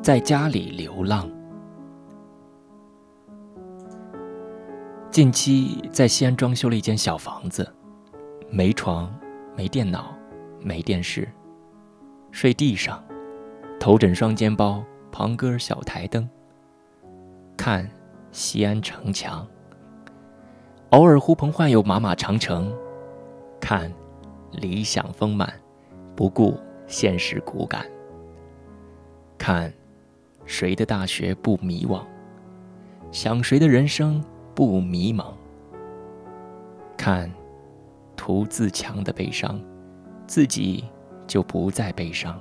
在家里流浪。近期在西安装修了一间小房子，没床，没电脑，没电视，睡地上，头枕双肩包，旁搁小台灯，看西安城墙，偶尔呼朋唤友马马长城，看理想丰满，不顾现实骨感，看谁的大学不迷惘，想谁的人生不迷茫，看涂自强的悲伤，自己就不再悲伤。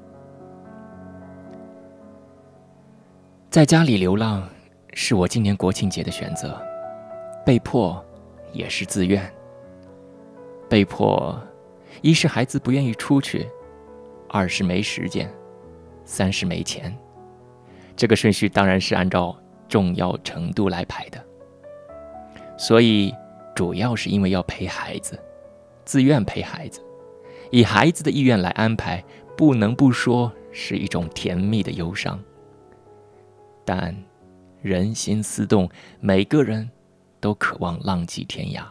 在家里流浪是我今年国庆节的选择，被迫也是自愿。被迫，一是孩子不愿意出去，二是没时间，三是没钱。这个顺序当然是按照重要程度来排的。所以主要是因为要陪孩子，自愿陪孩子，以孩子的意愿来安排，不能不说是一种甜蜜的忧伤。但人心思动，每个人都渴望浪迹天涯。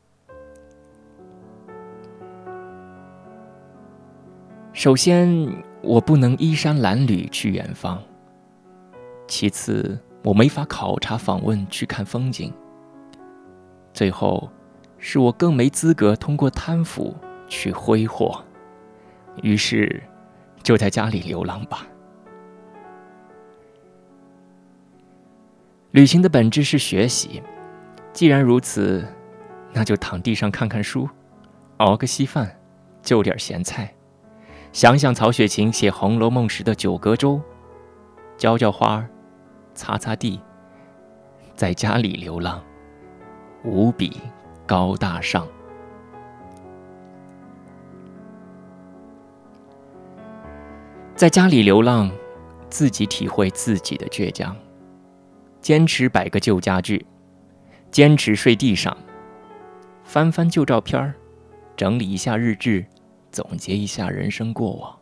首先，我不能衣衫褴褛去远方；其次，我没法考察访问去看风景；最后，是我更没资格通过贪腐去挥霍。于是，就在家里流浪吧。旅行的本质是学习，既然如此，那就躺地上看看书，熬个稀饭，就点咸菜，想想曹雪芹写《红楼梦》时的九阁舟，浇浇花，擦擦地，在家里流浪，无比高大上。在家里流浪，自己体会自己的倔强，坚持摆个旧家具，坚持睡地上，翻翻旧照片，整理一下日志，总结一下人生过往。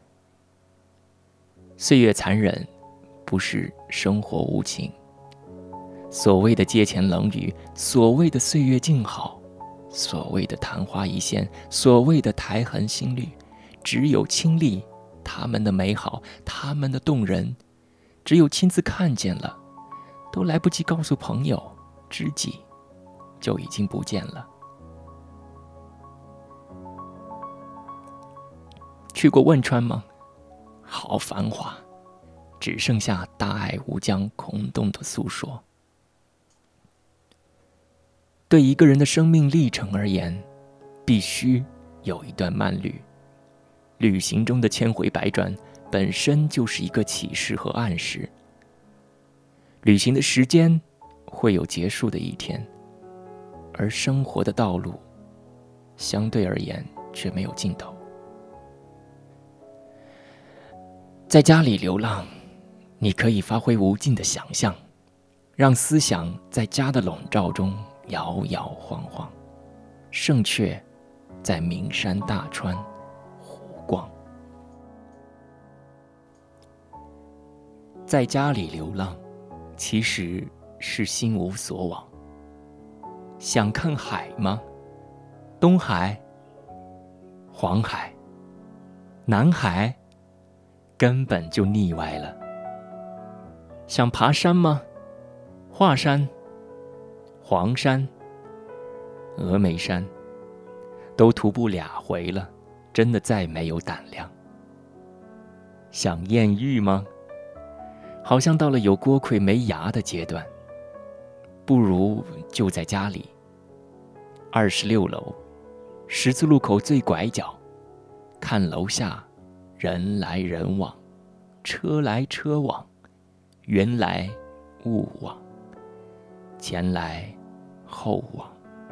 岁月残忍，不是生活无情。所谓的阶前冷语，所谓的岁月静好，所谓的昙花一现，所谓的苔痕新绿，只有亲历他们的美好，他们的动人，只有亲自看见了，都来不及告诉朋友知己，就已经不见了。去过汶川吗？好繁华，只剩下大爱无疆空洞的诉说。对一个人的生命历程而言，必须有一段慢旅。旅行中的千回百转，本身就是一个启示和暗示。旅行的时间会有结束的一天，而生活的道路相对而言却没有尽头。在家里流浪，你可以发挥无尽的想象，让思想在家的笼罩中摇摇晃晃，胜却在名山大川湖逛。在家里流浪，其实是心无所往。想看海吗？东海、黄海、南海，根本就腻歪了。想爬山吗？华山、黄山、峨眉山，都徒步2回了，真的再没有胆量。想艳遇吗？好像到了有锅盔没牙的阶段，不如就在家里。26楼，十字路口最拐角，看楼下人来人往，车来车往，缘来物往，前来后往。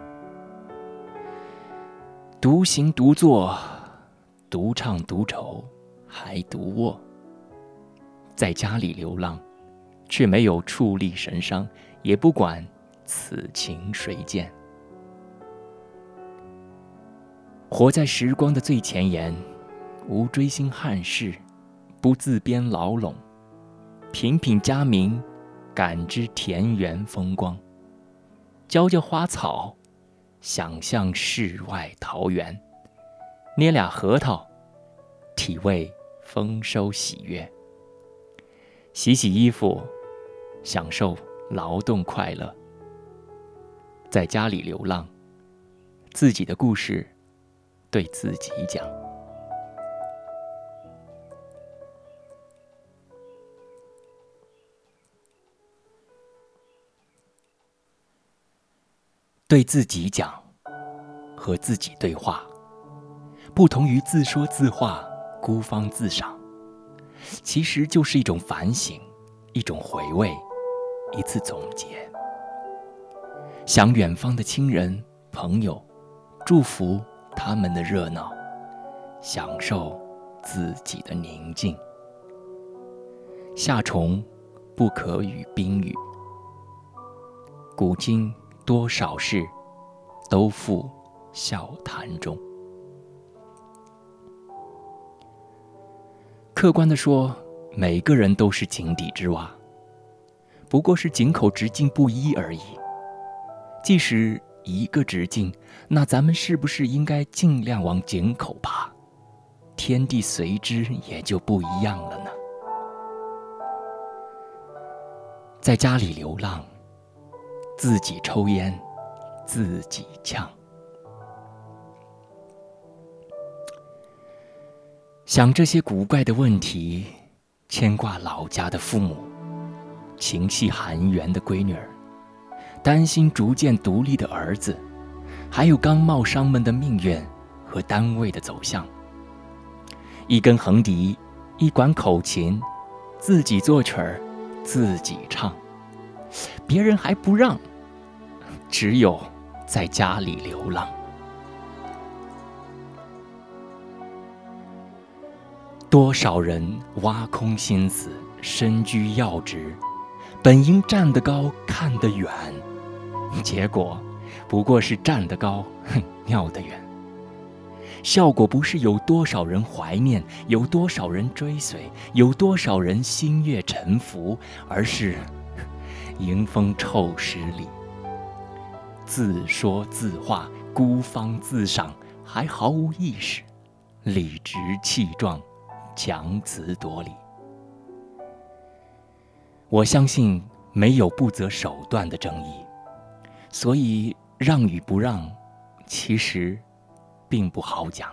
独行独坐，独唱独愁，还独卧。在家里流浪，却没有触力神伤，也不管此情谁见。活在时光的最前沿，无追星憾事，不自编牢笼， 品品佳茗，感知田园风光，浇浇花草，想象世外桃源，捏俩核桃，体味丰收喜悦，洗洗衣服，享受劳动快乐，在家里流浪，自己的故事对自己讲。对自己讲和自己对话，不同于自说自话、孤芳自赏，其实就是一种反省，一种回味，一次总结。想远方的亲人、朋友，祝福他们的热闹，享受自己的宁静。夏虫不可语冰语，古今多少事，都付笑谈中。客观地说，每个人都是井底之蛙，不过是井口直径不一而已。即使一个直径，那咱们是不是应该尽量往井口爬？天地随之也就不一样了呢。在家里流浪，自己抽烟，自己呛。想这些古怪的问题，牵挂老家的父母，情系含冤的闺女儿，担心逐渐独立的儿子，还有刚冒商们的命运和单位的走向。一根横笛，一管口琴，自己作曲儿，自己唱，别人还不让，只有在家里流浪。多少人挖空心思，身居要职，本应站得高，看得远，结果不过是站得高，尿得远。效果不是有多少人怀念，有多少人追随，有多少人心悦诚服，而是迎风臭十里，自说自话，孤芳自赏，还毫无意识，理直气壮，强词夺理。我相信没有不择手段的正义，所以让与不让，其实并不好讲。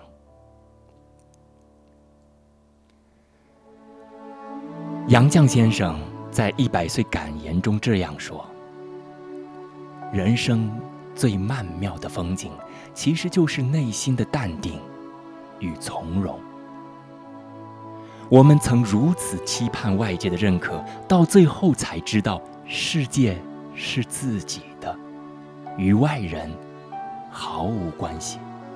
杨绛先生在100岁感言中这样说：人生最曼妙的风景，其实就是内心的淡定与从容。我们曾如此期盼外界的认可，到最后才知道，世界是自己的，与外人毫无关系。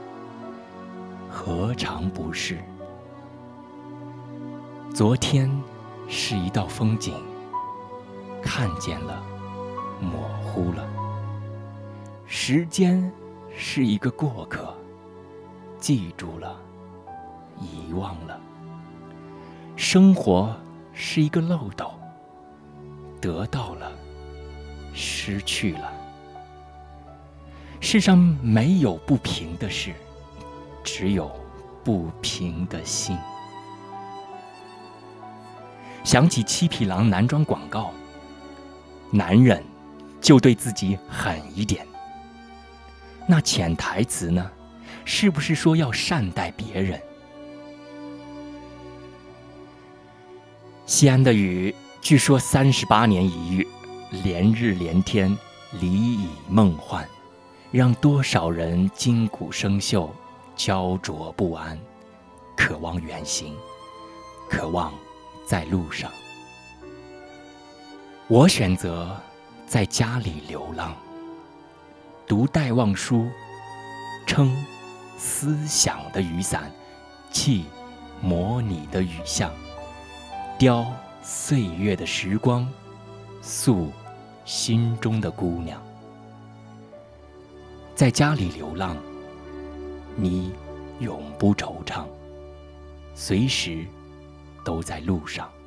何尝不是？昨天是一道风景，看见了，模糊了；时间是一个过客，记住了，遗忘了；生活是一个漏斗，得到了，失去了。世上没有不平的事，只有不平的心。想起七匹狼男装广告，男人就对自己狠一点。那潜台词呢？是不是说要善待别人？西安的雨，据说38年一遇，连日连天，离蚁梦幻，让多少人筋骨生锈，焦灼不安，渴望远行，渴望在路上。我选择在家里流浪，读戴望舒，撑思想的雨伞，沏模拟的雨巷，雕岁月的时光，塑心中的姑娘。在家里流浪，你永不惆怅，随时都在路上。